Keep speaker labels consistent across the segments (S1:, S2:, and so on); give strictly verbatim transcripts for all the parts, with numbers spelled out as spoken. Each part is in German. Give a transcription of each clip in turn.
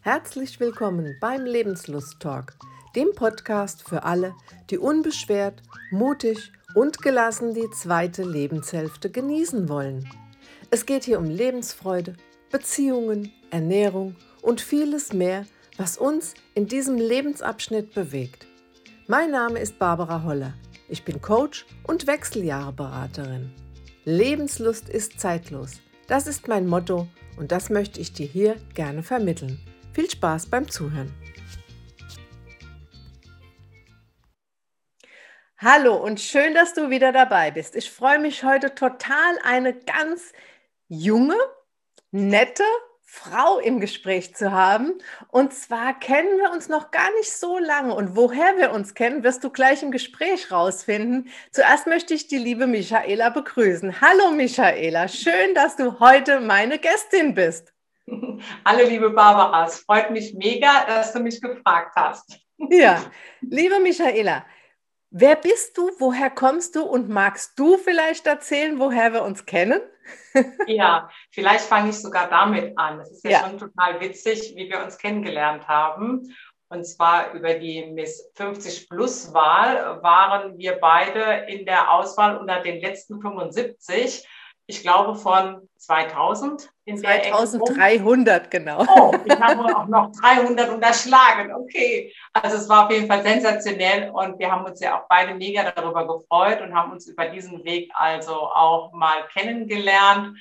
S1: Herzlich willkommen beim Lebenslust-Talk, dem Podcast für alle, die unbeschwert, mutig und gelassen die zweite Lebenshälfte genießen wollen. Es geht hier um Lebensfreude, Beziehungen, Ernährung und vieles mehr, was uns in diesem Lebensabschnitt bewegt. Mein Name ist Barbara Holler. Ich bin Coach und Wechseljahreberaterin. Lebenslust ist zeitlos. Das ist mein Motto und das möchte ich dir hier gerne vermitteln. Viel Spaß beim Zuhören. Hallo und schön, dass du wieder dabei bist. Ich freue mich heute total, eine ganz junge, nette Frau im Gespräch zu haben. Und zwar kennen wir uns noch gar nicht so lange. Und woher wir uns kennen, wirst du gleich im Gespräch rausfinden. Zuerst möchte ich die liebe Michaela begrüßen. Hallo Michaela, schön, dass du heute meine Gästin bist.
S2: Hallo liebe Barbara, es freut mich mega, dass du mich gefragt hast.
S1: Ja, liebe Michaela, wer bist du, woher kommst du und magst du vielleicht erzählen, woher wir uns kennen?
S2: Ja, vielleicht fange ich sogar damit an. Es ist ja,
S1: Ja.
S2: schon total witzig, wie wir uns kennengelernt haben. Und zwar über die Miss fünfzig Plus Wahl waren wir beide in der Auswahl unter den letzten fünfundsiebzig. Ich glaube von zweitausend in der Ecke.
S1: zweitausenddreihundert, genau.
S2: Oh, ich habe auch noch dreihundert unterschlagen. Okay. Also es war auf jeden Fall sensationell und wir haben uns ja auch beide mega darüber gefreut und haben uns über diesen Weg also auch mal kennengelernt.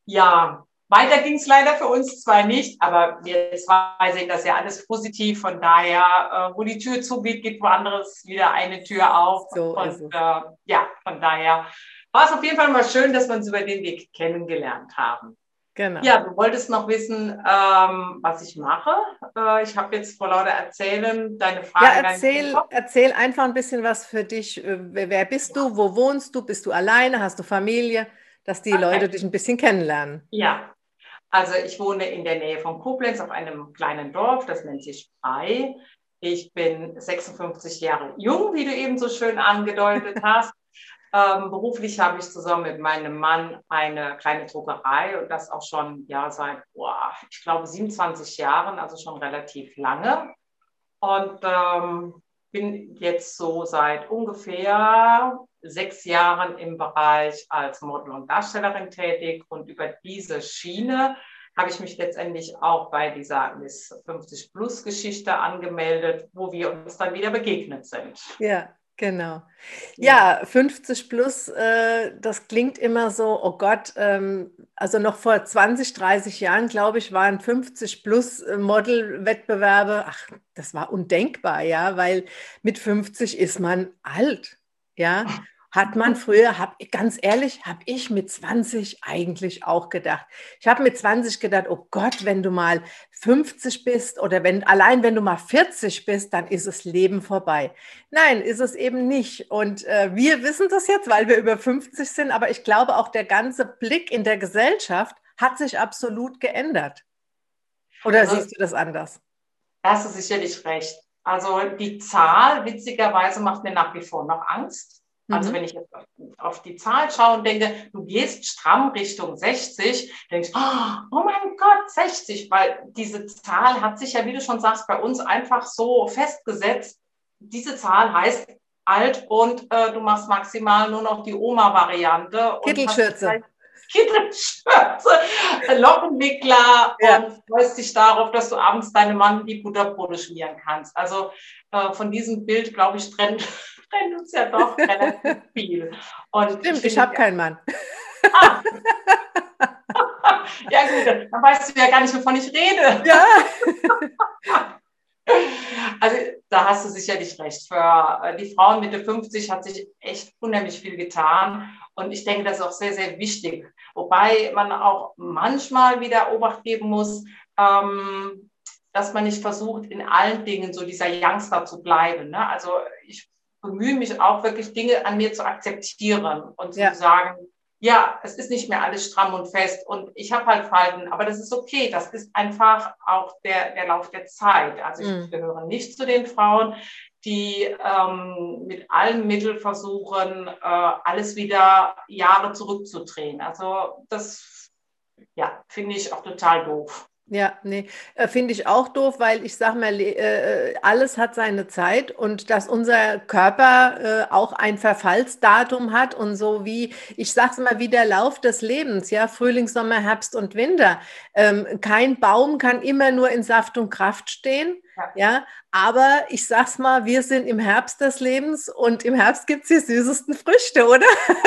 S2: Ja, weiter ging es leider für uns zwar nicht, aber wir zwei sehen das ja alles positiv. Von daher, äh, wo die Tür zugeht, geht woanders wieder eine Tür auf.
S1: So
S2: und
S1: ist es.
S2: Äh, ja, von daher war es auf jeden Fall mal schön, dass wir uns über den Weg kennengelernt haben.
S1: Genau.
S2: Ja, du wolltest noch wissen, ähm, was ich mache. Äh, ich habe jetzt vor lauter Erzählen deine Frage.
S1: Ja, erzähl, erzähl einfach ein bisschen was für dich. Wer, wer bist du? Wo wohnst du? Bist du alleine? Hast du Familie? Dass die
S2: Okay.
S1: Leute dich ein bisschen kennenlernen.
S2: Ja, also ich wohne in der Nähe von Koblenz auf einem kleinen Dorf, das nennt sich Spey. Ich bin sechsundfünfzig Jahre jung, wie du eben so schön angedeutet hast. Ähm, beruflich habe ich zusammen mit meinem Mann eine kleine Druckerei und das auch schon ja, seit, boah, ich glaube, siebenundzwanzig Jahren, also schon relativ lange. Und ähm, bin jetzt so seit ungefähr sechs Jahren im Bereich als Model und Darstellerin tätig. Und über diese Schiene habe ich mich letztendlich auch bei dieser Miss fünfzig Plus Geschichte angemeldet, wo wir uns dann wieder begegnet sind.
S1: Ja. Genau. Ja, fünfzig plus, äh, das klingt immer so, oh Gott, ähm, also noch vor zwanzig, dreißig Jahren, glaube ich, waren fünfzig plus Model-Wettbewerbe, ach, das war undenkbar, ja, weil mit fünfzig ist man alt, ja. Hat man früher, hab, ganz ehrlich, habe ich mit zwanzig eigentlich auch gedacht. Ich habe mit zwanzig gedacht, oh Gott, wenn du mal fünfzig bist oder wenn, allein wenn du mal vierzig bist, dann ist das Leben vorbei. Nein, ist es eben nicht. Und äh, wir wissen das jetzt, weil wir über fünfzig sind, aber ich glaube auch der ganze Blick in der Gesellschaft hat sich absolut geändert. Oder also, siehst du das anders?
S2: Da hast du sicherlich recht. Also die Zahl, witzigerweise, macht mir nach wie vor noch Angst. Also wenn ich jetzt auf die Zahl schaue und denke, du gehst stramm Richtung sechzig, denkst du, oh mein Gott, sechzig, weil diese Zahl hat sich ja, wie du schon sagst, bei uns einfach so festgesetzt. Diese Zahl heißt alt und äh, du machst maximal nur noch die Oma-Variante.
S1: Kittelschürze.
S2: Kittelschürze, Lockenwickler ja. Und freust dich darauf, dass du abends deinem Mann die Butterbrote schmieren kannst. Also äh, von diesem Bild, glaube ich, trennt trennt uns ja doch relativ viel. Und
S1: stimmt, ich, ich habe keinen Mann.
S2: Ah. Ja gut, dann weißt du ja gar nicht, wovon ich rede.
S1: Ja.
S2: Also da hast du sicherlich recht. Für die Frauen Mitte fünfzig hat sich echt unheimlich viel getan. Und ich denke, das ist auch sehr, sehr wichtig. Wobei man auch manchmal wieder Obacht geben muss, ähm, dass man nicht versucht, in allen Dingen so dieser Youngster zu bleiben. Ne? Also ich bemühe mich auch wirklich, Dinge an mir zu akzeptieren und ja. zu sagen, ja, es ist nicht mehr alles stramm und fest und ich habe halt Falten, aber das ist okay. Das ist einfach auch der, der Lauf der Zeit. Also ich mm. gehöre nicht zu den Frauen, die ähm, mit allen Mitteln versuchen, äh, alles wieder Jahre zurückzudrehen. Also das ja, finde ich auch total doof.
S1: Ja, nee, äh, finde ich auch doof, weil ich sage mal, le- äh, alles hat seine Zeit und dass unser Körper äh, auch ein Verfallsdatum hat und so wie, ich sage es mal, wie der Lauf des Lebens, ja, Frühling, Sommer, Herbst und Winter. Ähm, kein Baum kann immer nur in Saft und Kraft stehen,
S2: Ja.
S1: ja, aber ich sag's mal, wir sind im Herbst des Lebens und im Herbst gibt es die süßesten Früchte, oder?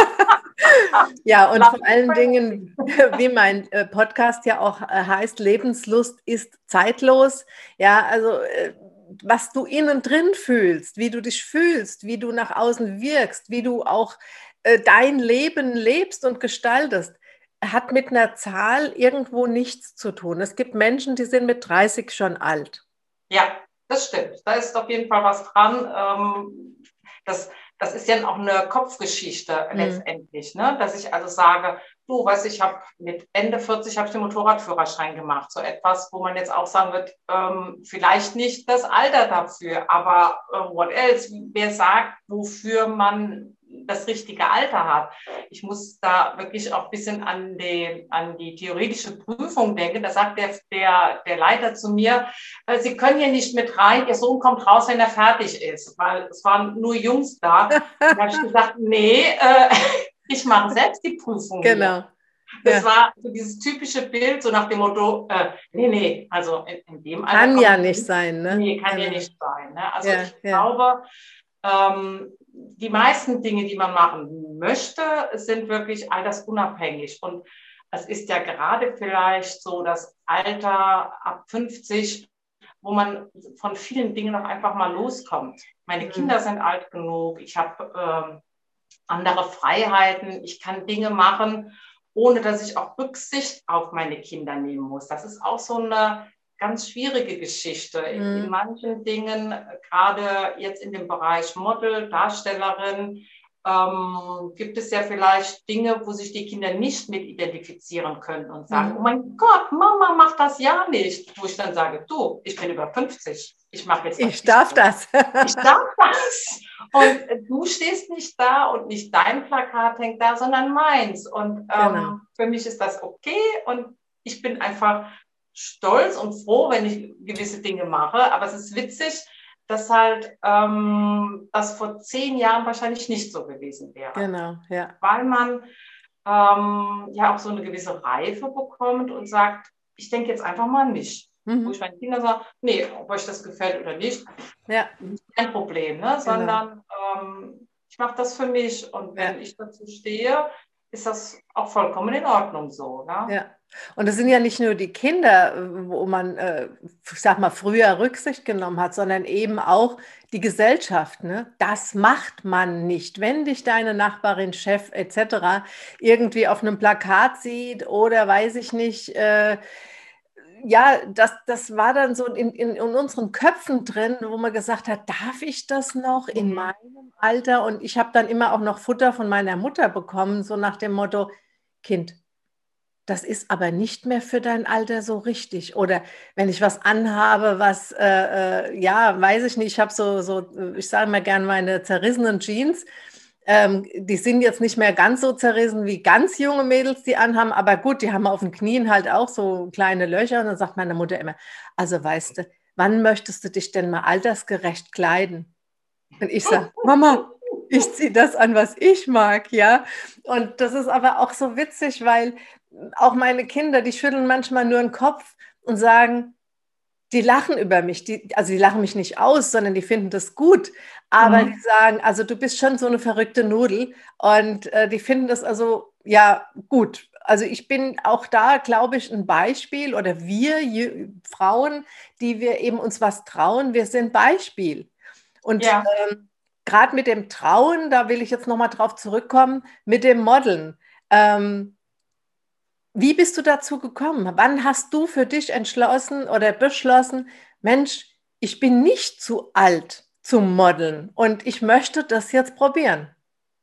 S1: Ja, und vor allen Dingen, wie mein äh, Podcast ja auch äh, heißt, Lebenslust ist zeitlos. Ja, also äh, was du innen drin fühlst, wie du dich fühlst, wie du nach außen wirkst, wie du auch äh, dein Leben lebst und gestaltest, hat mit einer Zahl irgendwo nichts zu tun. Es gibt Menschen, die sind mit dreißig schon alt.
S2: Ja, das stimmt. Da ist auf jeden Fall was dran. Ähm, das, das ist ja auch eine Kopfgeschichte
S1: Mhm.
S2: letztendlich, ne? Dass ich also sage, du, weißt, ich habe mit Ende vierzig habe ich den Motorradführerschein gemacht. So etwas, wo man jetzt auch sagen wird, ähm, vielleicht nicht das Alter dafür, aber äh, what else? Wer sagt, wofür man das richtige Alter hat? Ich muss da wirklich auch ein bisschen an die, an die theoretische Prüfung denken. Da sagt der, der, der Leiter zu mir, Sie können hier nicht mit rein, Ihr Sohn kommt raus, wenn er fertig ist, weil es waren nur Jungs da. Und da habe ich gesagt, nee, äh, ich mache selbst die Prüfung hier.
S1: Genau.
S2: Das
S1: Ja.
S2: war so dieses typische Bild, so nach dem Motto, äh, nee, nee, also in, in dem Alter
S1: Kann
S2: komme
S1: ja
S2: ich
S1: nicht
S2: nicht.
S1: sein, ne?
S2: Nee, kann ja
S1: Genau.
S2: nicht sein. Ne? Also
S1: Ja,
S2: ich
S1: ja.
S2: glaube, ähm, die meisten Dinge, die man machen möchte, sind wirklich altersunabhängig. Und es ist ja gerade vielleicht so das Alter ab fünfzig, wo man von vielen Dingen noch einfach mal loskommt. Meine
S1: Mhm.
S2: Kinder sind alt genug, ich habe ähm, andere Freiheiten, ich kann Dinge machen, ohne dass ich auch Rücksicht auf meine Kinder nehmen muss. Das ist auch so eine ganz schwierige Geschichte. In
S1: Mhm.
S2: manchen Dingen, gerade jetzt in dem Bereich Model, Darstellerin, ähm, gibt es ja vielleicht Dinge, wo sich die Kinder nicht mit identifizieren können und sagen, oh
S1: Mhm.
S2: mein Gott, Mama macht das ja nicht. Wo ich dann sage, du, ich bin über fünfzig, ich mache jetzt, was
S1: Ich
S2: ich
S1: darf
S2: will.
S1: das.
S2: Ich darf das. Und du stehst nicht da und nicht dein Plakat hängt da, sondern meins. Und
S1: Genau.
S2: ähm, für mich ist das okay und ich bin einfach stolz und froh, wenn ich gewisse Dinge mache. Aber es ist witzig, dass halt ähm, das vor zehn Jahren wahrscheinlich nicht so gewesen wäre,
S1: Genau, ja.
S2: weil man ähm, ja auch so eine gewisse Reife bekommt und sagt, ich denke jetzt einfach mal nicht. Wo ich
S1: Mhm.
S2: meinen Kindern sage, nee, ob euch das gefällt oder nicht,
S1: Ja,
S2: nicht kein Problem, ne?
S1: genau.
S2: Sondern ähm, ich mache das für mich und
S1: Ja,
S2: wenn ich dazu stehe, ist das auch vollkommen in Ordnung so. Ne?
S1: ja. Und es sind ja nicht nur die Kinder, wo man, äh, ich sag mal, früher Rücksicht genommen hat, sondern eben auch die Gesellschaft, ne? Das macht man nicht. Wenn dich deine Nachbarin, Chef et cetera irgendwie auf einem Plakat sieht oder weiß ich nicht, äh, ja, das, das war dann so in, in, in unseren Köpfen drin, wo man gesagt hat, darf ich das noch in
S2: Mhm.
S1: meinem Alter? Und ich habe dann immer auch noch Futter von meiner Mutter bekommen, so nach dem Motto, Kind, das ist aber nicht mehr für dein Alter so richtig. Oder wenn ich was anhabe, was, äh, äh, ja, weiß ich nicht, ich habe so, so, ich sage mal gern meine zerrissenen Jeans. Ähm, die sind jetzt nicht mehr ganz so zerrissen wie ganz junge Mädels, die anhaben, aber gut, die haben auf den Knien halt auch so kleine Löcher. Und dann sagt meine Mutter immer, also weißt du, wann möchtest du dich denn mal altersgerecht kleiden? Und ich sage, Mama, ich ziehe das an, was ich mag, ja. Und das ist aber auch so witzig, weil auch meine Kinder, die schütteln manchmal nur den Kopf und sagen, die lachen über mich. Die, also die lachen mich nicht aus, sondern die finden das gut. Aber die
S2: Mhm.
S1: sagen, also du bist schon so eine verrückte Nudel. Und äh, die finden das also, ja, gut. Also ich bin auch da, glaube ich, ein Beispiel oder wir Jü- Frauen, die wir eben uns was trauen, wir sind Beispiel. Und
S2: Ja,
S1: ähm, gerade mit dem Trauen, da will ich jetzt nochmal drauf zurückkommen, mit dem Modeln. Ähm, wie bist du dazu gekommen? Wann hast du für dich entschlossen oder beschlossen, Mensch, ich bin nicht zu alt zum Modeln und ich möchte das jetzt probieren?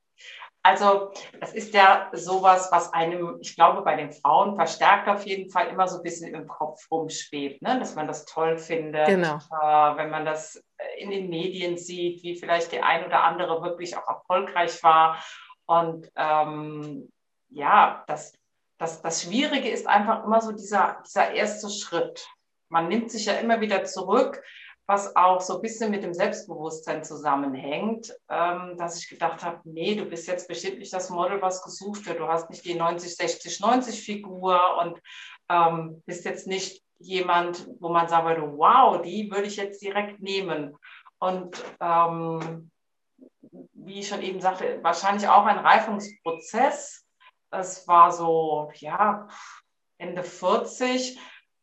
S2: also das ist ja sowas, was einem, ich glaube, bei den Frauen verstärkt auf jeden Fall immer so ein bisschen im Kopf rumschwebt, ne? Dass man das toll findet,
S1: Genau.
S2: äh, wenn man das in den Medien sieht, wie vielleicht die ein oder andere wirklich auch erfolgreich war. Und ähm, ja, das das, das Schwierige ist einfach immer so dieser, dieser erste Schritt. Man nimmt sich ja immer wieder zurück, was auch so ein bisschen mit dem Selbstbewusstsein zusammenhängt, ähm, dass ich gedacht habe, nee, du bist jetzt bestimmt nicht das Model, was gesucht wird. Du hast nicht die neunzig, sechzig, neunzig Figur und ähm, bist jetzt nicht jemand, wo man sagen würde, wow, die würde ich jetzt direkt nehmen. Und ähm, wie ich schon eben sagte, wahrscheinlich auch ein Reifungsprozess. Es war so, ja, Ende vierzig,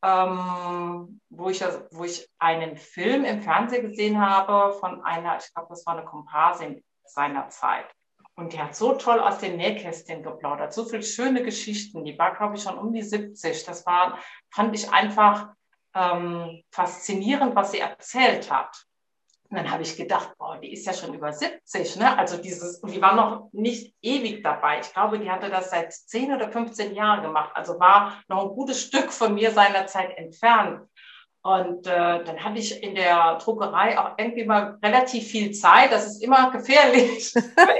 S2: ähm, wo, ich, wo ich einen Film im Fernsehen gesehen habe von einer, ich glaube, das war eine Komparsin seiner Zeit. Und die hat so toll aus den Nähkästchen geplaudert, so viele schöne Geschichten. Die war, glaube ich, schon um die siebzig. Das war, fand ich einfach ähm, faszinierend, was sie erzählt hat. Und dann habe ich gedacht, boah, die ist ja schon über siebzig, ne? Also dieses, und die war noch nicht ewig dabei. Ich glaube, die hatte das seit zehn oder fünfzehn Jahren gemacht. Also war noch ein gutes Stück von mir seinerzeit entfernt. Und äh, dann hatte ich in der Druckerei auch irgendwie mal relativ viel Zeit. Das ist immer gefährlich.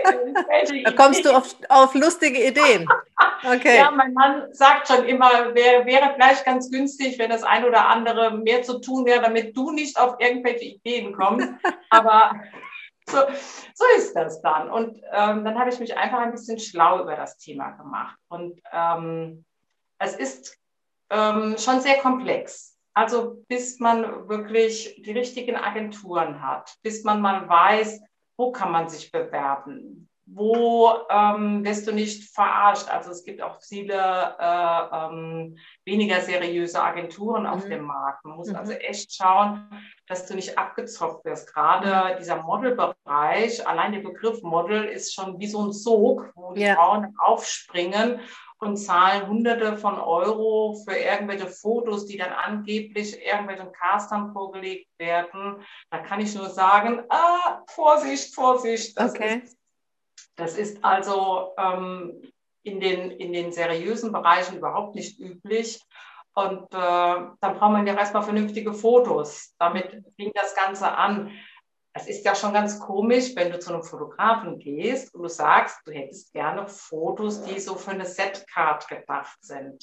S1: Da kommst du auf, auf lustige Ideen. Okay.
S2: Ja, mein Mann sagt schon immer, wär, wäre vielleicht ganz günstig, wenn das ein oder andere mehr zu tun wäre, damit du nicht auf irgendwelche Ideen kommst. Aber so, so ist das dann. Und ähm, dann habe ich mich einfach ein bisschen schlau über das Thema gemacht. Und ähm, es ist ähm, schon sehr komplex. Also bis man wirklich die richtigen Agenturen hat, bis man mal weiß, wo kann man sich bewerben, wo ähm, wirst du nicht verarscht. Also es gibt auch viele äh, ähm, weniger seriöse Agenturen auf mhm. dem Markt. Man muss mhm. also echt schauen, dass du nicht abgezockt wirst. Gerade mhm. dieser Modelbereich, allein der Begriff Model ist schon wie so ein Sog, wo die ja. Frauen aufspringen und zahlen Hunderte von Euro für irgendwelche Fotos, die dann angeblich irgendwelchen Castern vorgelegt werden. Da kann ich nur sagen, ah, Vorsicht, Vorsicht. Das, okay. ist, das ist also ähm, in, den, in den seriösen Bereichen überhaupt nicht üblich. Und äh, dann braucht man ja erstmal vernünftige Fotos. Damit fing das Ganze an. Es ist ja schon ganz komisch, wenn du zu einem Fotografen gehst und du sagst, du hättest gerne Fotos, die so für eine Setcard gedacht sind.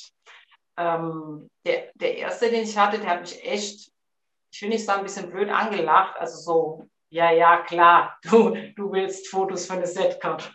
S2: Ähm, der, der erste, den ich hatte, der hat mich echt, ich finde, ich sah ein bisschen blöd angelacht. Also so, ja, ja, klar, du, du willst Fotos für eine Setcard.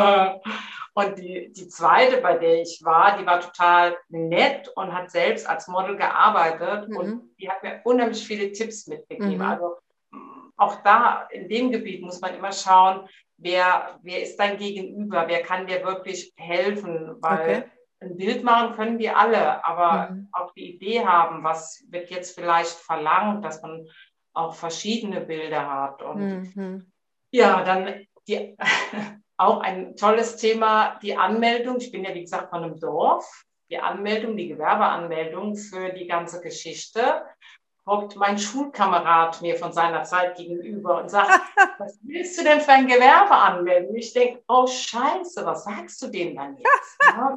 S2: Und die, die zweite, bei der ich war, die war total nett und hat selbst als Model gearbeitet. Mhm. Und die hat mir unheimlich viele Tipps mitgegeben. Mhm. Also auch da, in dem Gebiet muss man immer schauen, wer, wer ist dein Gegenüber, wer kann dir wirklich helfen, weil okay. ein Bild machen können wir alle, aber mhm. auch die Idee haben, was wird jetzt vielleicht verlangt, dass man auch verschiedene Bilder hat. Und mhm. ja, dann die, auch ein tolles Thema, die Anmeldung. Ich bin ja, wie gesagt, von einem Dorf. Die Anmeldung, die Gewerbeanmeldung für die ganze Geschichte. Hockt mein Schulkamerad mir von seiner Zeit gegenüber und sagt, was willst du denn für ein Gewerbe anmelden? Ich denke, oh Scheiße, was sagst du denen dann jetzt? Ja.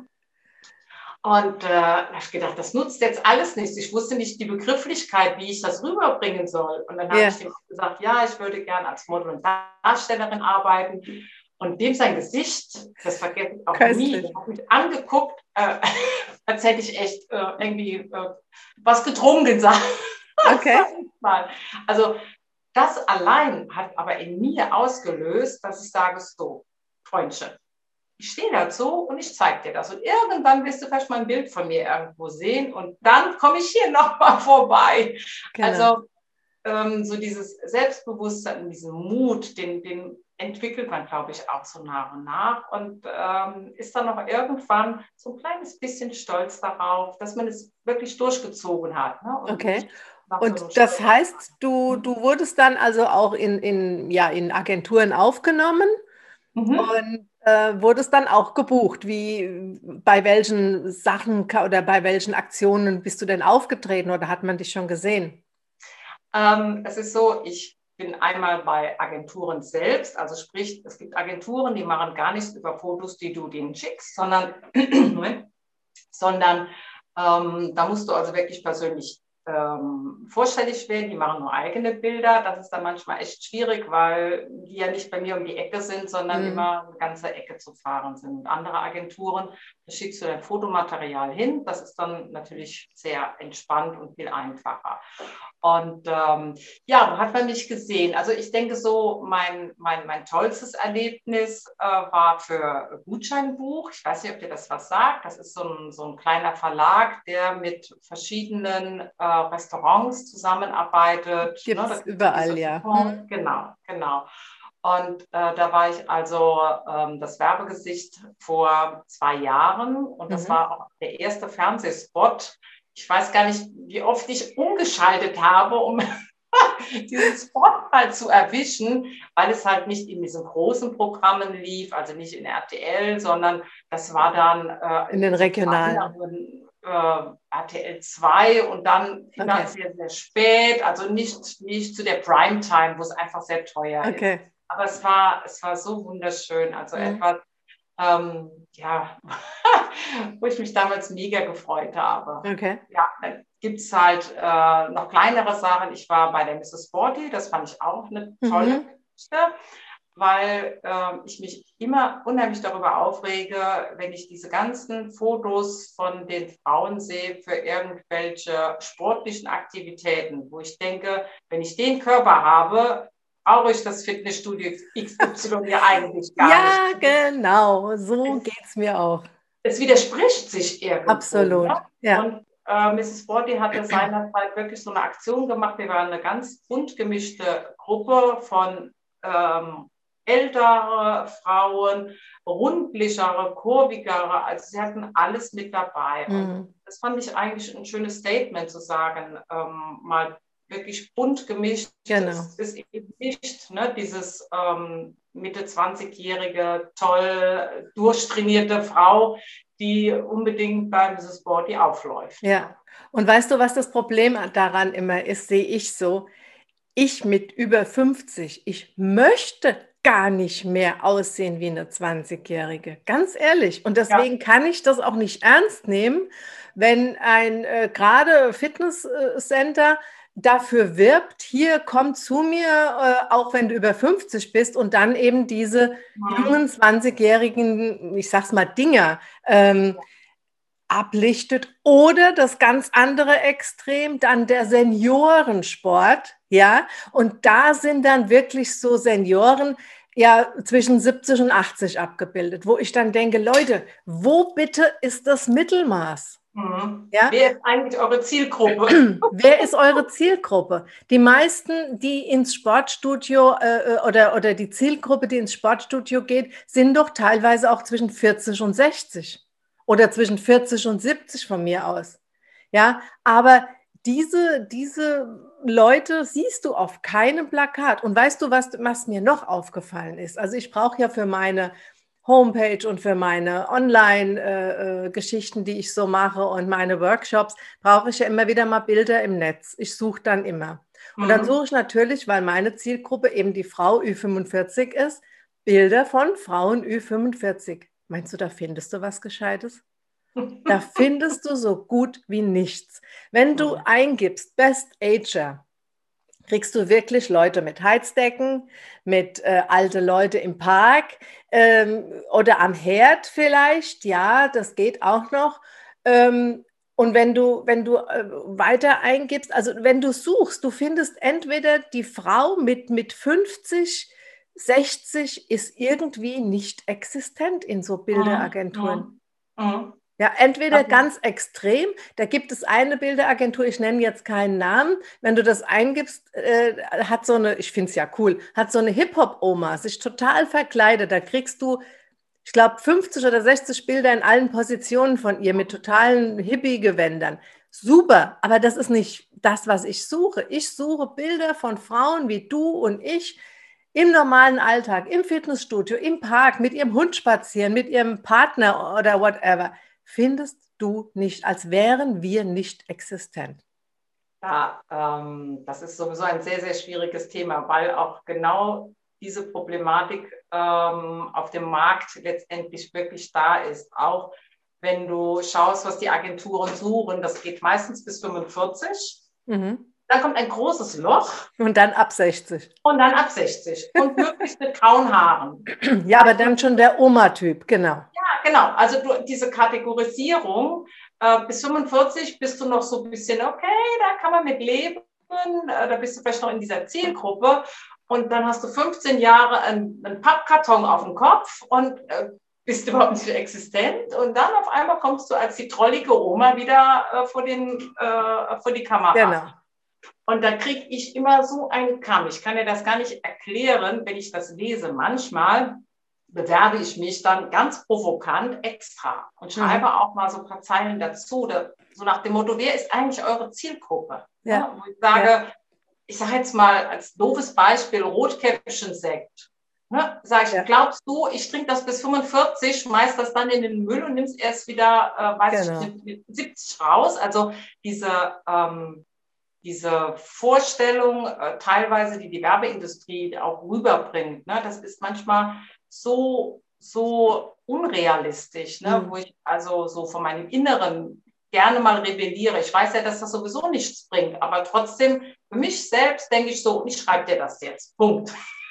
S2: Und äh, da habe ich gedacht, das nutzt jetzt alles nichts. Ich wusste nicht die Begrifflichkeit, wie ich das rüberbringen soll. Und dann habe yeah. ich ihm gesagt, ja, ich würde gerne als Model und Darstellerin arbeiten. Und dem sein Gesicht, das vergesse ich auch Köstlich. nie, der hat mich angeguckt, äh, als hätte ich echt äh, irgendwie äh, was getrunken, sagt. Okay. Also das allein hat aber in mir ausgelöst, dass ich sage, so, Freundchen, ich stehe dazu und ich zeige dir das. Und irgendwann wirst du vielleicht mal ein Bild von mir irgendwo sehen und dann komme ich hier nochmal vorbei. Genau. Also ähm, so dieses Selbstbewusstsein, diesen Mut, den, den entwickelt man, glaube ich, auch so nach und nach und ähm, ist dann noch irgendwann so ein kleines bisschen stolz darauf, dass man es wirklich durchgezogen hat. Ne? Und
S1: okay. Und das heißt, du, du wurdest dann also auch in, in, ja, in Agenturen aufgenommen mhm. und äh, wurdest dann auch gebucht. Wie, bei welchen Sachen oder bei welchen Aktionen bist du denn aufgetreten oder hat man dich schon gesehen?
S2: Ähm, es ist so, ich bin einmal bei Agenturen selbst, also sprich, es gibt Agenturen, die machen gar nichts über Fotos, die du denen schickst, sondern, sondern ähm, da musst du also wirklich persönlich ähm, vorstellig werden, die machen nur eigene Bilder. Das ist dann manchmal echt schwierig, weil die ja nicht bei mir um die Ecke sind, sondern mhm. immer eine ganze Ecke zu fahren sind. Und andere Agenturen, da schickst du dein Fotomaterial hin. Das ist dann natürlich sehr entspannt und viel einfacher. Und ähm, ja, wo hat man mich gesehen? Also ich denke so, mein, mein, mein tollstes Erlebnis äh, war für Gutscheinbuch. Ich weiß nicht, ob dir das was sagt. Das ist so ein, so ein kleiner Verlag, der mit verschiedenen äh, Restaurants zusammenarbeitet.
S1: Gibt es
S2: ne?
S1: überall, ja.
S2: Hm. Genau, genau. Und äh, da war ich also ähm, das Werbegesicht vor zwei Jahren. Und das mhm. war auch der erste Fernsehspot. Ich weiß gar nicht, wie oft ich umgeschaltet habe, um diesen Spot halt zu erwischen, weil es halt nicht in diesen großen Programmen lief, also nicht in R T L, sondern das war dann äh,
S1: in den regionalen.
S2: Äh, R T L zwei und dann immer okay. sehr, sehr spät, also nicht, nicht zu der Primetime, wo es einfach sehr teuer
S1: okay.
S2: ist. Aber es war, es war so wunderschön, also mhm. etwas, ähm, ja, wo ich mich damals mega gefreut habe.
S1: Okay.
S2: Ja, dann gibt es halt äh, noch kleinere Sachen. Ich war bei der Misses Sporty, das fand ich auch eine tolle
S1: mhm.
S2: Geschichte, weil äh, ich mich immer unheimlich darüber aufrege, wenn ich diese ganzen Fotos von den Frauen sehe für irgendwelche sportlichen Aktivitäten, wo ich denke, wenn ich den Körper habe, brauche ich das Fitnessstudio X Y ja eigentlich gar
S1: ja,
S2: nicht.
S1: Ja, genau, so geht es mir auch.
S2: Es widerspricht sich irgendwo.
S1: Absolut,
S2: ne?
S1: ja.
S2: Und äh, Misses Sporty hatte seinerzeit wirklich so eine Aktion gemacht. Wir waren eine ganz bunt gemischte Gruppe von ähm, ältere Frauen, rundlichere, kurvigere. Also sie hatten alles mit dabei. Mhm. Und das fand ich eigentlich ein schönes Statement zu sagen, ähm, mal wirklich bunt gemischt.
S1: Genau.
S2: Das ist eben nicht ne, dieses ähm, Mitte zwanzigjährige, toll durchtrainierte Frau, die unbedingt bei Misses Sporty aufläuft.
S1: Ja, und weißt du, was das Problem daran immer ist, sehe ich so, ich mit über fünfzig, ich möchte gar nicht mehr aussehen wie eine zwanzigjährige, ganz ehrlich. Und deswegen ja. kann ich das auch nicht ernst nehmen, wenn ein äh, gerade Fitnesscenter dafür wirbt, hier komm zu mir, äh, auch wenn du über fünfzig bist und dann eben diese ja. jungen zwanzigjährigen, ich sag's mal, Dinger ähm, ablichtet oder das ganz andere Extrem, dann der Seniorensport, ja, und da sind dann wirklich so Senioren, ja, zwischen siebzig und achtzig abgebildet, wo ich dann denke, Leute, wo bitte ist das Mittelmaß?
S2: Mhm. Ja? Wer ist eigentlich eure Zielgruppe?
S1: Wer ist eure Zielgruppe? Die meisten, die ins Sportstudio äh, oder, oder die Zielgruppe, die ins Sportstudio geht, sind doch teilweise auch zwischen vierzig und sechzig oder zwischen vierzig und siebzig von mir aus. Ja, aber diese, diese Leute siehst du auf keinem Plakat. Und weißt du, was, was mir noch aufgefallen ist? Also ich brauche ja für meine Homepage und für meine Online-Geschichten, äh, die ich so mache und meine Workshops, brauche ich ja immer wieder mal Bilder im Netz. Ich suche dann immer. Und mhm. dann suche ich natürlich, weil meine Zielgruppe eben die Frau Ü fünfundvierzig ist, Bilder von Frauen Ü fünfundvierzig. Meinst du, da findest du was Gescheites? Da findest du so gut wie nichts. Wenn du eingibst Best Ager, kriegst du wirklich Leute mit Heizdecken, mit äh, alte Leute im Park ähm, oder am Herd vielleicht, ja, das geht auch noch. Ähm, und wenn du, wenn du äh, weiter eingibst, also wenn du suchst, du findest entweder die Frau mit, mit fünfzig, sechzig ist irgendwie nicht existent in so Bilderagenturen.
S2: Mhm. Mhm.
S1: Ja, entweder ganz extrem, da gibt es eine Bilderagentur, ich nenne jetzt keinen Namen, wenn du das eingibst, äh, hat so eine, ich finde es ja cool, hat so eine Hip-Hop-Oma, sich total verkleidet, da kriegst du, ich glaube, fünfzig oder sechzig Bilder in allen Positionen von ihr mit totalen Hippie-Gewändern. Super, aber das ist nicht das, was ich suche. Ich suche Bilder von Frauen wie du und ich, im normalen Alltag, im Fitnessstudio, im Park, mit ihrem Hund spazieren, mit ihrem Partner oder whatever. Findest du nicht, als wären wir nicht existent?
S2: Ja, ähm, das ist sowieso ein sehr, sehr schwieriges Thema, weil auch genau diese Problematik ähm, auf dem Markt letztendlich wirklich da ist. Auch wenn du schaust, was die Agenturen suchen, das geht meistens bis fünfundvierzig.
S1: Mhm.
S2: Dann kommt ein großes Loch.
S1: Und dann ab sechzig.
S2: Und dann ab sechzig. Und möglichst mit grauen Haaren.
S1: Ja, aber dann schon der Oma-Typ, genau.
S2: Ja, genau. Also du, diese Kategorisierung, äh, bis fünfundvierzig bist du noch so ein bisschen, okay, da kann man mit leben. Äh, da bist du vielleicht noch in dieser Zielgruppe. Und dann hast du fünfzehn Jahre einen, einen Pappkarton auf dem Kopf und äh, bist überhaupt nicht mehr existent. Und dann auf einmal kommst du als die trollige Oma wieder äh, vor, den, äh, vor die Kamera.
S1: Genau.
S2: Und da kriege ich immer so einen Kamm. Ich kann dir das gar nicht erklären, wenn ich das lese. Manchmal bewerbe ich mich dann ganz provokant extra und schreibe mhm. auch mal so ein paar Zeilen dazu. So nach dem Motto, wer ist eigentlich eure Zielgruppe? Ja. Ja, wo ich sage, ja. ich sage jetzt mal als doofes Beispiel Rotkäppchen-Sekt. Ne, sag ich, ja. glaubst du, ich trinke das bis fünfundvierzig, schmeiß das dann in den Müll und nimm's erst wieder, äh, weiß genau. ich nicht, mit siebzig raus? Also diese, ähm, diese Vorstellung, äh, teilweise, die die Werbeindustrie auch rüberbringt, ne, das ist manchmal so, so unrealistisch, ne, mhm. wo ich also so von meinem Inneren gerne mal rebelliere. Ich weiß ja, dass das sowieso nichts bringt, aber trotzdem, für mich selbst denke ich so, ich schreibe dir das jetzt. Punkt.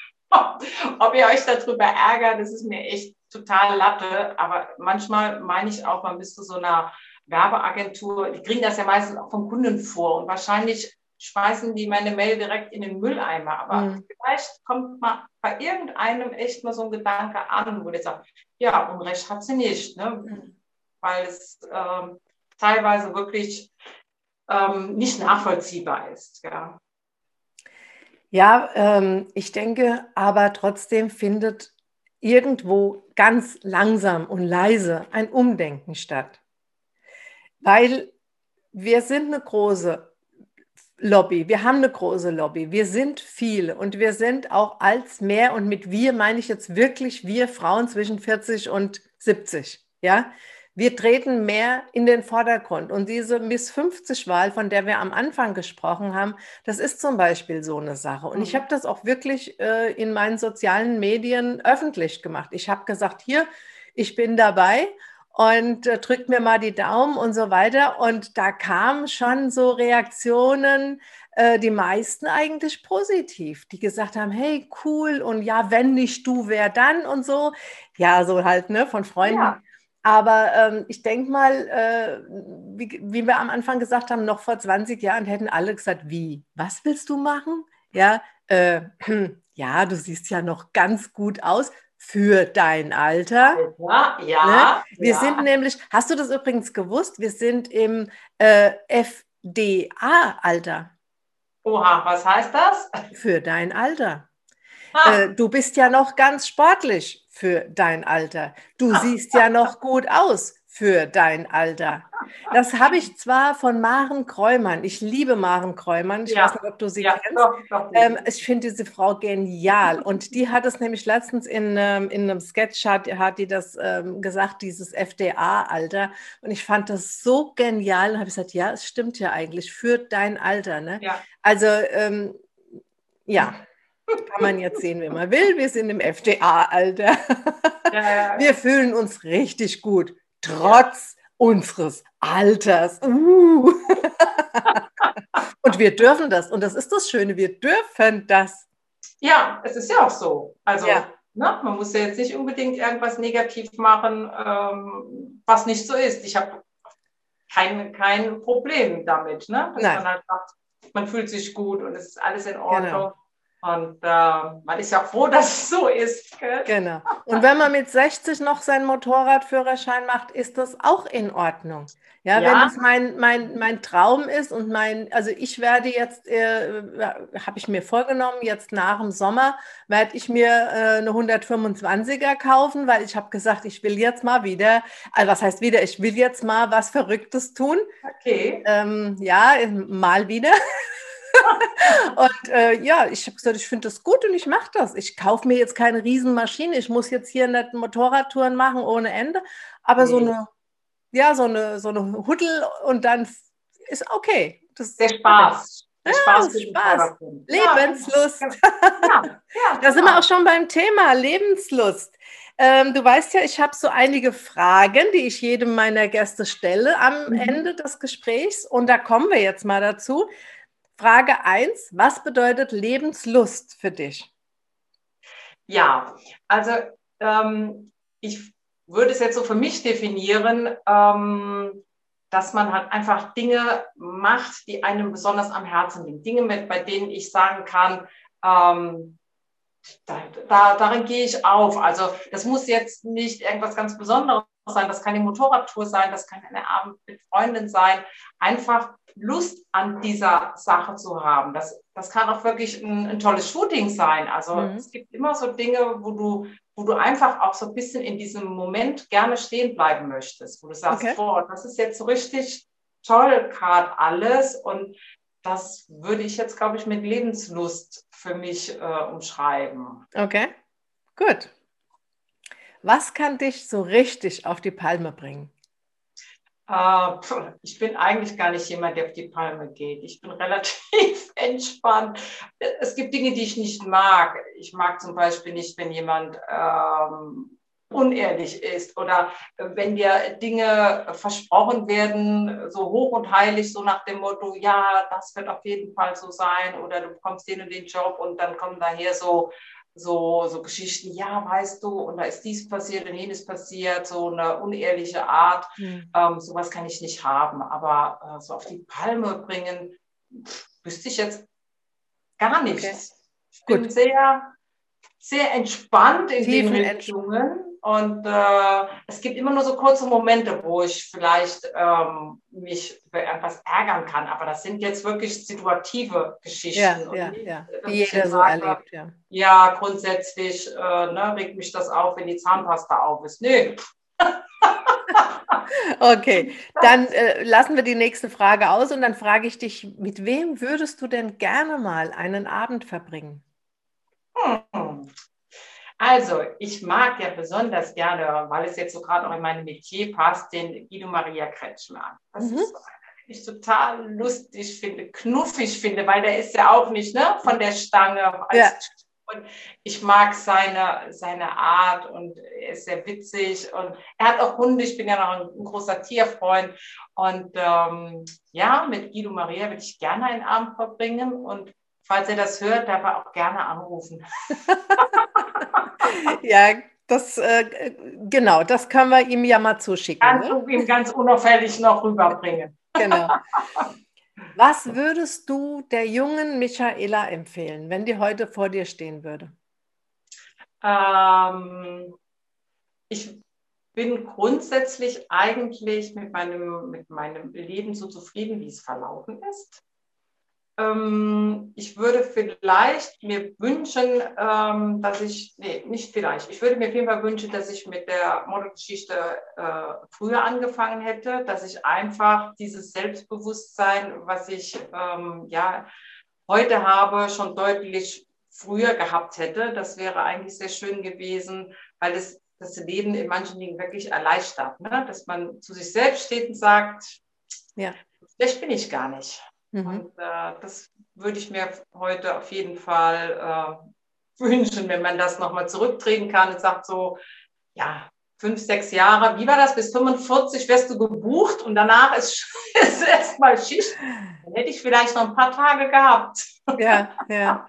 S2: Ob ihr euch darüber ärgert, das ist mir echt total Latte. Aber manchmal meine ich auch, man müsste so einer Werbeagentur, die kriegen das ja meistens auch vom Kunden vor und wahrscheinlich schmeißen die meine Mail direkt in den Mülleimer. Aber mhm. vielleicht kommt mal bei irgendeinem echt mal so ein Gedanke an, wo der sagt, ja, Unrecht hat sie nicht, ne? Mhm. Weil es ähm, teilweise wirklich ähm, nicht nachvollziehbar ist. Ja.
S1: Ja, ähm, ich denke, aber trotzdem findet irgendwo ganz langsam und leise ein Umdenken statt. Weil wir sind eine große Lobby, wir haben eine große Lobby, wir sind viele und wir sind auch als mehr, und mit wir meine ich jetzt wirklich wir Frauen zwischen vierzig und siebzig, ja. Wir treten mehr in den Vordergrund. Und diese Miss fünfzig-Wahl, von der wir am Anfang gesprochen haben, das ist zum Beispiel so eine Sache. Und mhm. ich habe das auch wirklich äh, in meinen sozialen Medien öffentlich gemacht. Ich habe gesagt, hier, ich bin dabei und äh, drückt mir mal die Daumen und so weiter. Und da kamen schon so Reaktionen, äh, die meisten eigentlich positiv, die gesagt haben, hey, cool, und ja, wenn nicht du, wer dann und so. Ja, so halt, ne, von Freunden. Ja. Aber ähm, ich denke mal, äh, wie, wie wir am Anfang gesagt haben, noch vor zwanzig Jahren hätten alle gesagt, wie, was willst du machen? Ja, äh, ja, du siehst ja noch ganz gut aus für dein Alter.
S2: Ja, ja.
S1: Ne? Wir
S2: ja.
S1: sind nämlich, hast du das übrigens gewusst, wir sind im äh, F D A-Alter.
S2: Oha, was heißt das?
S1: Für dein Alter. Ah. Du bist ja noch ganz sportlich für dein Alter. Du siehst ja noch gut aus für dein Alter. Das habe ich zwar von Maren Kräumann. Ich liebe Maren Kräumann. Ich ja. weiß nicht, ob du sie ja, kennst. Doch, doch, ähm, ich finde diese Frau genial. Und die hat es nämlich letztens in, ähm, in einem Sketch, hat, hat die das ähm, gesagt, dieses F D A-Alter. Und ich fand das so genial. Und habe gesagt, ja, es stimmt ja eigentlich, für dein Alter. Ne? Ja. Also, ähm, ja. Kann man jetzt sehen, wie man will. Wir sind im F D A-Alter. Ja, ja, ja. Wir fühlen uns richtig gut, trotz unseres Alters. Uh. Und wir dürfen das. Und das ist das Schöne, wir dürfen das.
S2: Ja, es ist ja auch so. Also, ne, man muss ja jetzt nicht unbedingt irgendwas negativ machen, ähm, was nicht so ist. Ich habe kein, kein Problem damit, ne? Dass Nein. man halt sagt, man fühlt sich gut und es ist alles in Ordnung. Genau. Und äh, man ist ja froh, dass es so ist. Gell?
S1: Genau. Und wenn man mit sechzig noch seinen Motorradführerschein macht, ist das auch in Ordnung. Ja, ja. Wenn das mein, mein, mein Traum ist und mein, also ich werde jetzt, äh, habe ich mir vorgenommen, jetzt nach dem Sommer werde ich mir äh, eine hundertfünfundzwanziger kaufen, weil ich habe gesagt, ich will jetzt mal wieder, also was heißt wieder, ich will jetzt mal was Verrücktes tun.
S2: Okay.
S1: Ähm, ja, mal wieder. Und äh, ja, ich habe gesagt, ich finde das gut und ich mache das. Ich kaufe mir jetzt keine Riesenmaschine. Ich muss jetzt hier nicht Motorradtouren machen ohne Ende. Aber nee. so eine, ja, so eine, so eine Huddel und dann ist okay. Das
S2: der Spaß. Der
S1: ja,
S2: Spaß.
S1: Spaß. Lebenslust. Ja, ja, ja, da sind wir auch schon beim Thema Lebenslust. Ähm, du weißt ja, ich habe so einige Fragen, die ich jedem meiner Gäste stelle am mhm. Ende des Gesprächs. Und da kommen wir jetzt mal dazu. Frage eins, was bedeutet Lebenslust für dich?
S2: Ja, also ähm, ich würde es jetzt so für mich definieren, ähm, dass man halt einfach Dinge macht, die einem besonders am Herzen liegen. Dinge, mit, bei denen ich sagen kann, ähm, da, da, darin gehe ich auf. Also das muss jetzt nicht irgendwas ganz Besonderes sein, das kann eine Motorradtour sein, das kann eine Abend mit Freundin sein. Einfach Lust an dieser Sache zu haben. Das, das kann auch wirklich ein, ein tolles Shooting sein. Also
S1: Mhm.
S2: es gibt immer so Dinge, wo du, wo du einfach auch so ein bisschen in diesem Moment gerne stehen bleiben möchtest, wo du sagst,
S1: Okay.
S2: boah, das ist jetzt so richtig toll gerade alles und das würde ich jetzt, glaube ich, mit Lebenslust für mich äh, umschreiben.
S1: Okay, gut. Was kann dich so richtig auf die Palme bringen?
S2: Äh, ich bin eigentlich gar nicht jemand, der auf die Palme geht. Ich bin relativ entspannt. Es gibt Dinge, die ich nicht mag. Ich mag zum Beispiel nicht, wenn jemand ähm, unehrlich ist oder wenn dir Dinge versprochen werden, so hoch und heilig, so nach dem Motto, ja, das wird auf jeden Fall so sein oder du bekommst den und den Job und dann kommen daher so so, so Geschichten, ja, weißt du, und da ist dies passiert und jenes passiert, so eine unehrliche Art.
S1: Hm.
S2: Ähm, sowas kann ich nicht haben. Aber äh, so auf die Palme bringen, pff, wüsste ich jetzt gar
S1: Okay,
S2: nichts. Ich bin
S1: gut.
S2: sehr, sehr entspannt in den
S1: Tiefenentspannt.
S2: Richtungen. Und äh, es gibt immer nur so kurze Momente, wo ich vielleicht ähm, mich über irgendwas ärgern kann. Aber das sind jetzt wirklich situative Geschichten.
S1: Ja,
S2: Und
S1: ja,
S2: nicht,
S1: ja. Die
S2: dass ich
S1: jeder
S2: jetzt
S1: so
S2: sage,
S1: erlebt, ja.
S2: ja, grundsätzlich äh, ne, regt mich das auf, wenn die Zahnpasta auf ist. Nee.
S1: Okay, dann äh, lassen wir die nächste Frage aus und dann frage ich dich, mit wem würdest du denn gerne mal einen Abend verbringen?
S2: Hm. Also, ich mag ja besonders gerne, weil es jetzt so gerade auch in mein Metier passt, den Guido Maria Kretschmer. Das
S1: Mhm.
S2: ist so einer, den ich total lustig finde, knuffig finde, weil der ist ja auch nicht ne, von der Stange.
S1: Ja,
S2: Und ich mag seine, seine Art und er ist sehr witzig und er hat auch Hunde. Ich bin ja noch ein, ein großer Tierfreund. Und ähm, ja, mit Guido Maria würde ich gerne einen Abend verbringen und falls er das hört, darf er auch gerne anrufen.
S1: ja, das äh, genau, das können wir ihm ja mal zuschicken,
S2: Ganz,
S1: ne?
S2: ihm ganz unauffällig noch rüberbringen.
S1: Genau. Was würdest du der jungen Michaela empfehlen, wenn die heute vor dir stehen würde?
S2: Ähm, ich bin grundsätzlich eigentlich mit meinem, mit meinem Leben so zufrieden, wie es verlaufen ist. Ähm, ich würde vielleicht mir wünschen, ähm, dass ich, nee, nicht vielleicht, ich würde mir auf jeden Fall wünschen, dass ich mit der Modelgeschichte äh, früher angefangen hätte, dass ich einfach dieses Selbstbewusstsein, was ich ähm, ja heute habe, schon deutlich früher gehabt hätte. Das wäre eigentlich sehr schön gewesen, weil es das Leben in manchen Dingen wirklich erleichtert, ne? Dass man zu sich selbst steht und sagt,
S1: Ja.
S2: schlecht bin ich gar nicht.
S1: Mhm.
S2: Und äh, das würde ich mir heute auf jeden Fall äh, wünschen, wenn man das nochmal zurücktreten kann und sagt so, ja, fünf, sechs Jahre, wie war das, bis fünfundvierzig wirst du gebucht und danach ist, ist erstmal Schicht. Dann hätte ich vielleicht noch ein paar Tage gehabt.
S1: Ja, ja,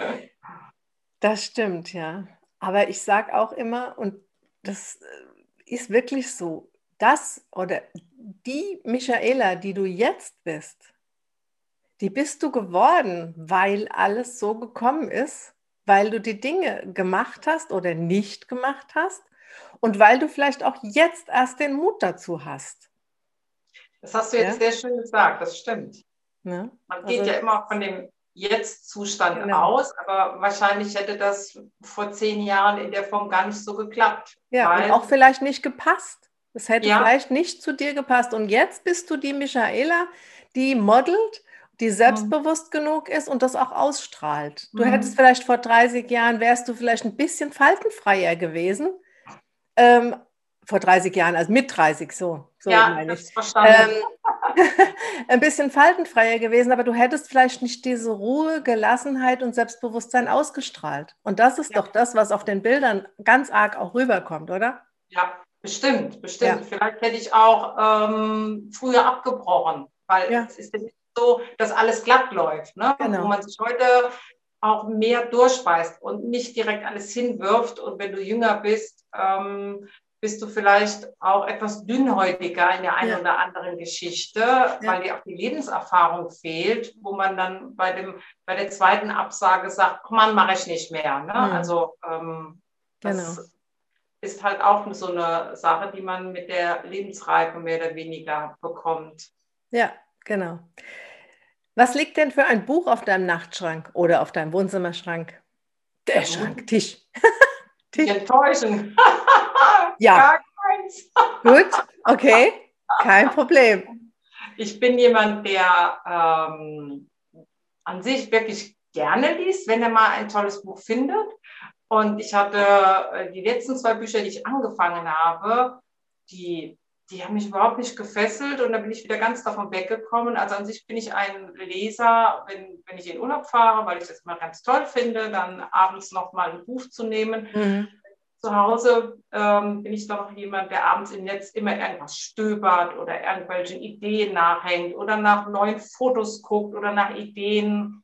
S1: das stimmt, ja. Aber ich sage auch immer, und das äh, ist wirklich so, das oder die Michaela, die du jetzt bist, die bist du geworden, weil alles so gekommen ist, weil du die Dinge gemacht hast oder nicht gemacht hast und weil du vielleicht auch jetzt erst den Mut dazu hast.
S2: Das hast du
S1: Ja,
S2: jetzt sehr schön gesagt, das stimmt.
S1: ne?
S2: Man geht
S1: Also
S2: ja immer von dem Jetzt-Zustand
S1: genau.
S2: aus, aber wahrscheinlich hätte das vor zehn Jahren in der Form gar nicht so geklappt,
S1: Ja, und auch
S2: weil,
S1: vielleicht nicht gepasst. Es hätte
S2: ja,
S1: vielleicht nicht zu dir gepasst. Und jetzt bist du die Michaela, die modelt, die
S2: hm,
S1: selbstbewusst genug ist und das auch ausstrahlt. Du hättest
S2: hm,
S1: vielleicht vor dreißig Jahren, wärst du vielleicht ein bisschen faltenfreier gewesen. Ähm, vor dreißig Jahren, also mit dreißig, so, so
S2: ja, ich
S1: meine
S2: habe
S1: ich.
S2: es verstanden.
S1: Ähm, ein bisschen faltenfreier gewesen, aber du hättest vielleicht nicht diese Ruhe, Gelassenheit und Selbstbewusstsein ausgestrahlt. Und das ist
S2: Ja,
S1: doch das, was auf den Bildern ganz arg auch rüberkommt, oder?
S2: ja, bestimmt, bestimmt.
S1: Ja,
S2: Vielleicht hätte ich auch ähm, früher abgebrochen, weil
S1: ja,
S2: es ist ja nicht so, dass alles glatt läuft, ne?
S1: Genau.
S2: Wo man sich heute auch mehr durchbeißt und nicht direkt alles hinwirft. Und wenn du jünger bist, ähm, bist du vielleicht auch etwas dünnhäutiger in der einen
S1: Ja.
S2: oder anderen Geschichte,
S1: Ja.
S2: weil dir auch die Lebenserfahrung fehlt, wo man dann bei, dem, bei der zweiten Absage sagt, oh Mann, mache ich nicht mehr. Ne?
S1: Mhm.
S2: Also ähm, das
S1: Genau.
S2: ist halt auch so eine Sache, die man mit der Lebensreife mehr oder weniger bekommt.
S1: Ja, genau. Was liegt denn für ein Buch auf deinem Nachtschrank oder auf deinem Wohnzimmerschrank? Der Schrank, Tisch.
S2: Tisch. Enttäuschen.
S1: Ja.
S2: Gar keins.
S1: Gut, okay, kein Problem.
S2: Ich bin jemand, der ähm, an sich wirklich gerne liest, wenn er mal ein tolles Buch findet. Und ich hatte äh, die letzten zwei Bücher, die ich angefangen habe, die, die haben mich überhaupt nicht gefesselt und da bin ich wieder ganz davon weggekommen. Also an sich bin ich ein Leser, wenn, wenn ich in Urlaub fahre, weil ich das immer ganz toll finde, dann abends nochmal ein Buch zu nehmen.
S1: Mhm.
S2: Zu Hause ähm, bin ich doch jemand, der abends im Netz immer irgendwas stöbert oder irgendwelchen Ideen nachhängt oder nach neuen Fotos guckt oder nach Ideen,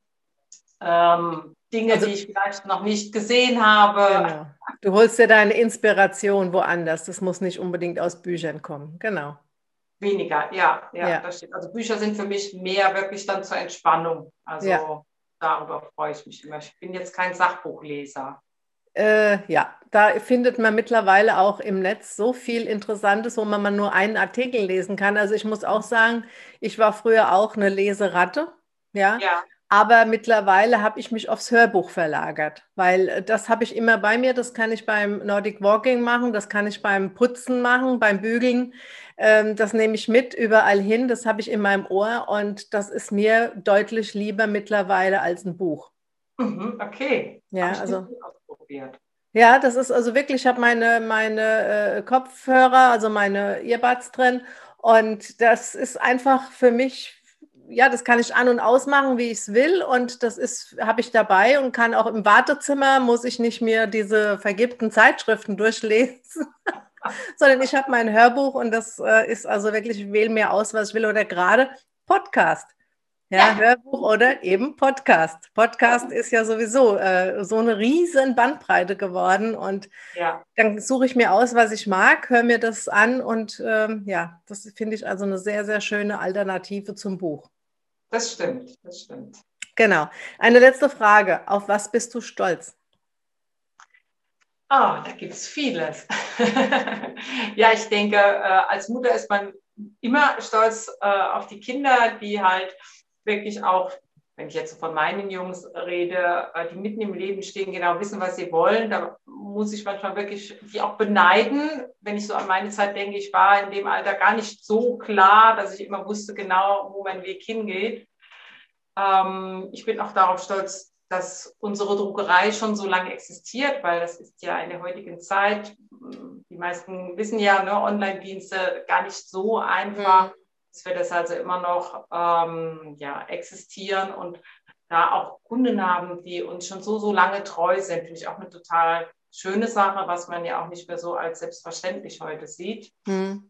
S2: ähm, Dinge,
S1: Also,
S2: die ich vielleicht noch nicht gesehen habe.
S1: genau. Du holst dir deine Inspiration woanders. Das muss nicht unbedingt aus Büchern kommen. Genau.
S2: Weniger, ja, ja,
S1: Ja.
S2: das stimmt. Also Bücher sind für mich mehr wirklich dann zur Entspannung. Also
S1: Ja.
S2: darüber freue ich mich immer. Ich bin jetzt kein Sachbuchleser.
S1: Äh, ja, da findet man mittlerweile auch im Netz so viel Interessantes, wo man mal nur einen Artikel lesen kann. Also ich muss auch sagen, ich war früher auch eine Leseratte, ja,
S2: Ja.
S1: aber mittlerweile habe ich mich aufs Hörbuch verlagert, weil äh, das habe ich immer bei mir, das kann ich beim Nordic Walking machen, das kann ich beim Putzen machen, beim Bügeln, ähm, das nehme ich mit überall hin, das habe ich in meinem Ohr und das ist mir deutlich lieber mittlerweile als ein Buch.
S2: Mhm, okay.
S1: Ja,
S2: Habe ich
S1: also
S2: nicht ausprobiert.
S1: ja, das ist also wirklich, ich habe meine, meine äh, Kopfhörer, also meine Earbuds drin und das ist einfach für mich, ja, das kann ich an- und ausmachen, wie ich es will und das ist, habe ich dabei und kann auch im Wartezimmer, muss ich nicht mehr diese vergilbten Zeitschriften durchlesen, sondern ich habe mein Hörbuch und das äh, ist also wirklich, ich wähle mir aus, was ich will oder gerade Podcast. Ja,
S2: Ja.
S1: Hörbuch oder eben Podcast. Podcast ist ja sowieso äh, so eine riesen Bandbreite geworden und
S2: Ja.
S1: dann suche ich mir aus, was ich mag, höre mir das an und ähm, ja, das finde ich also eine sehr, sehr schöne Alternative zum Buch.
S2: Das stimmt, das stimmt.
S1: Genau. Eine letzte Frage. Auf was bist du stolz?
S2: Ah, da gibt es vieles. Ja, ich denke, äh, als Mutter ist man immer stolz äh, auf die Kinder, die halt wirklich auch, wenn ich jetzt von meinen Jungs rede, äh, die mitten im Leben stehen, genau wissen, was sie wollen. Da muss ich manchmal wirklich die auch beneiden. Wenn ich so an meine Zeit denke, ich war in dem Alter gar nicht so klar, dass ich immer wusste genau, wo mein Weg hingeht. Ähm, ich bin auch darauf stolz, dass unsere Druckerei schon so lange existiert, weil das ist ja in der heutigen Zeit, die meisten wissen ja, ne, Online-Dienste gar nicht so einfach, mhm. dass wir das also immer noch ähm, ja, existieren und da auch Kunden haben, die uns schon so, so lange treu sind. Finde ich auch eine total schöne Sache, was man ja auch nicht mehr so als selbstverständlich heute sieht. Mhm.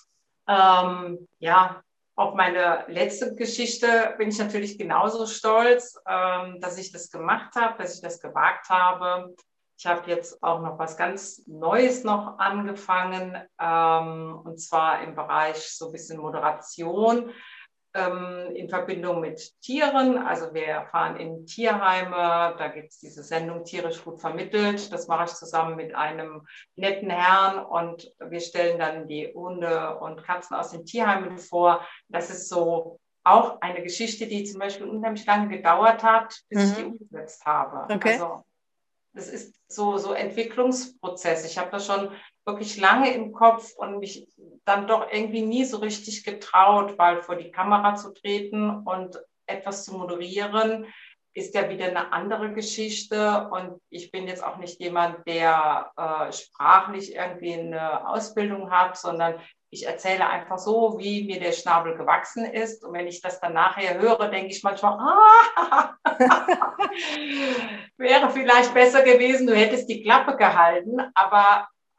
S2: Ähm, ja, auf meine letzte Geschichte bin ich natürlich genauso stolz, ähm, dass ich das gemacht habe, dass ich das gewagt habe. Ich habe jetzt auch noch was ganz Neues noch angefangen, ähm, und zwar im Bereich so ein bisschen Moderation ähm, in Verbindung mit Tieren. Also wir fahren in Tierheime, da gibt es diese Sendung Tierisch gut vermittelt. Das mache ich zusammen mit einem netten Herrn und wir stellen dann die Hunde und Katzen aus den Tierheimen vor. Das ist so auch eine Geschichte, die zum Beispiel unheimlich lange gedauert hat, bis mhm. ich die umgesetzt habe.
S1: Okay.
S2: Also das ist so, so Entwicklungsprozess. Ich habe das schon wirklich lange im Kopf und mich dann doch irgendwie nie so richtig getraut, weil vor die Kamera zu treten und etwas zu moderieren, ist ja wieder eine andere Geschichte. Und ich bin jetzt auch nicht jemand, der äh, sprachlich irgendwie eine Ausbildung hat, sondern ich erzähle einfach so, wie mir der Schnabel gewachsen ist. Und wenn ich das dann nachher höre, denke ich manchmal, ah, wäre vielleicht besser gewesen, du hättest die Klappe gehalten. Aber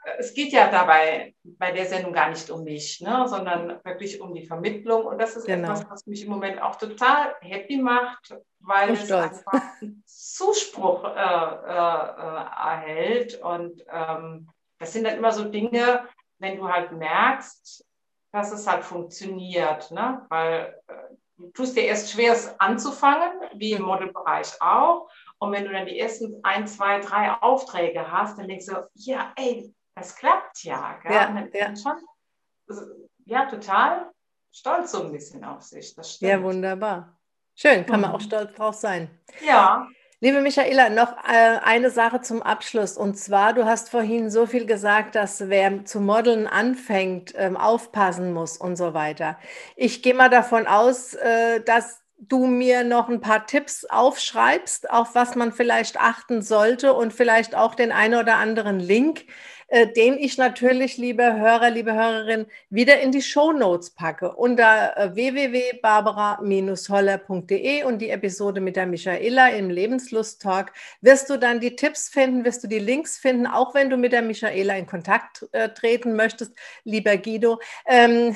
S2: es geht ja dabei bei der Sendung gar nicht um mich, ne, sondern wirklich um die Vermittlung. Und das ist
S1: Genau.
S2: etwas, was mich im Moment auch total happy macht, weil
S1: Und
S2: es
S1: stolz.
S2: einfach einen Zuspruch äh, äh, erhält. Und ähm, das sind dann immer so Dinge, wenn du halt merkst, dass es halt funktioniert, ne? Weil äh, du tust dir erst schwer, es anzufangen, wie im Modelbereich auch. Und wenn du dann die ersten ein, zwei, drei Aufträge hast, dann denkst du, ja, ey, das klappt ja. Gell?
S1: Ja,
S2: Und dann
S1: ja.
S2: ist man schon, ja, total stolz so ein bisschen auf sich. Das stimmt.
S1: Ja, wunderbar. Schön, kann man
S2: Mhm.
S1: auch stolz drauf sein.
S2: Ja.
S1: Liebe Michaela, noch äh, eine Sache zum Abschluss. Und zwar, du hast vorhin so viel gesagt, dass wer zu modeln anfängt, ähm, aufpassen muss und so weiter. Ich gehe mal davon aus, äh, dass du mir noch ein paar Tipps aufschreibst, auf was man vielleicht achten sollte und vielleicht auch den einen oder anderen Link, äh, den ich natürlich, liebe Hörer, liebe Hörerin, wieder in die Shownotes packe unter äh, w w w punkt barbara Bindestrich holler punkt de und die Episode mit der Michaela im Lebenslust-Talk wirst du dann die Tipps finden, wirst du die Links finden, auch wenn du mit der Michaela in Kontakt äh, treten möchtest, lieber Guido. Ähm,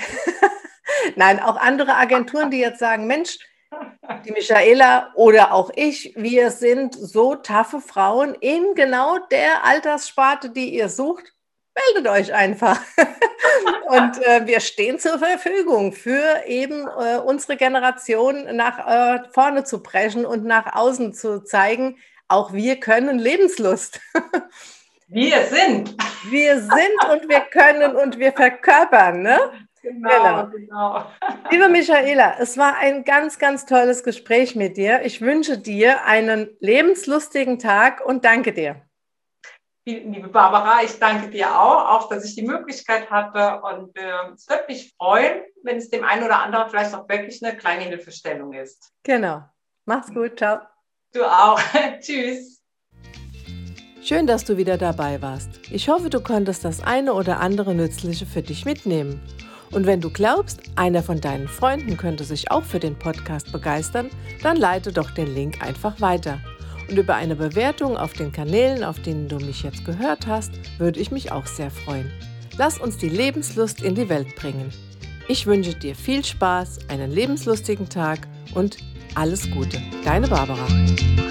S1: Nein, auch andere Agenturen, die jetzt sagen, Mensch, die Michaela oder auch ich, wir sind so taffe Frauen in genau der Alterssparte, die ihr sucht. Meldet euch einfach. Und äh, wir stehen zur Verfügung, für eben äh, unsere Generation nach äh, vorne zu preschen und nach außen zu zeigen, auch wir können Lebenslust.
S2: Wir sind.
S1: Wir sind und wir können und wir verkörpern, ne?
S2: Genau, genau.
S1: Liebe Michaela, es war ein ganz, ganz tolles Gespräch mit dir. Ich wünsche dir einen lebenslustigen Tag und danke dir.
S2: Liebe Barbara, ich danke dir auch, auch dass ich die Möglichkeit hatte. Und äh, es würde mich freuen, wenn es dem einen oder anderen vielleicht auch wirklich eine kleine Hilfestellung ist.
S1: Genau. Mach's gut. Ciao.
S2: Du auch. Tschüss.
S1: Schön, dass du wieder dabei warst. Ich hoffe, du konntest das eine oder andere Nützliche für dich mitnehmen. Und wenn du glaubst, einer von deinen Freunden könnte sich auch für den Podcast begeistern, dann leite doch den Link einfach weiter. Und über eine Bewertung auf den Kanälen, auf denen du mich jetzt gehört hast, würde ich mich auch sehr freuen. Lass uns die Lebenslust in die Welt bringen. Ich wünsche dir viel Spaß, einen lebenslustigen Tag und alles Gute. Deine Barbara.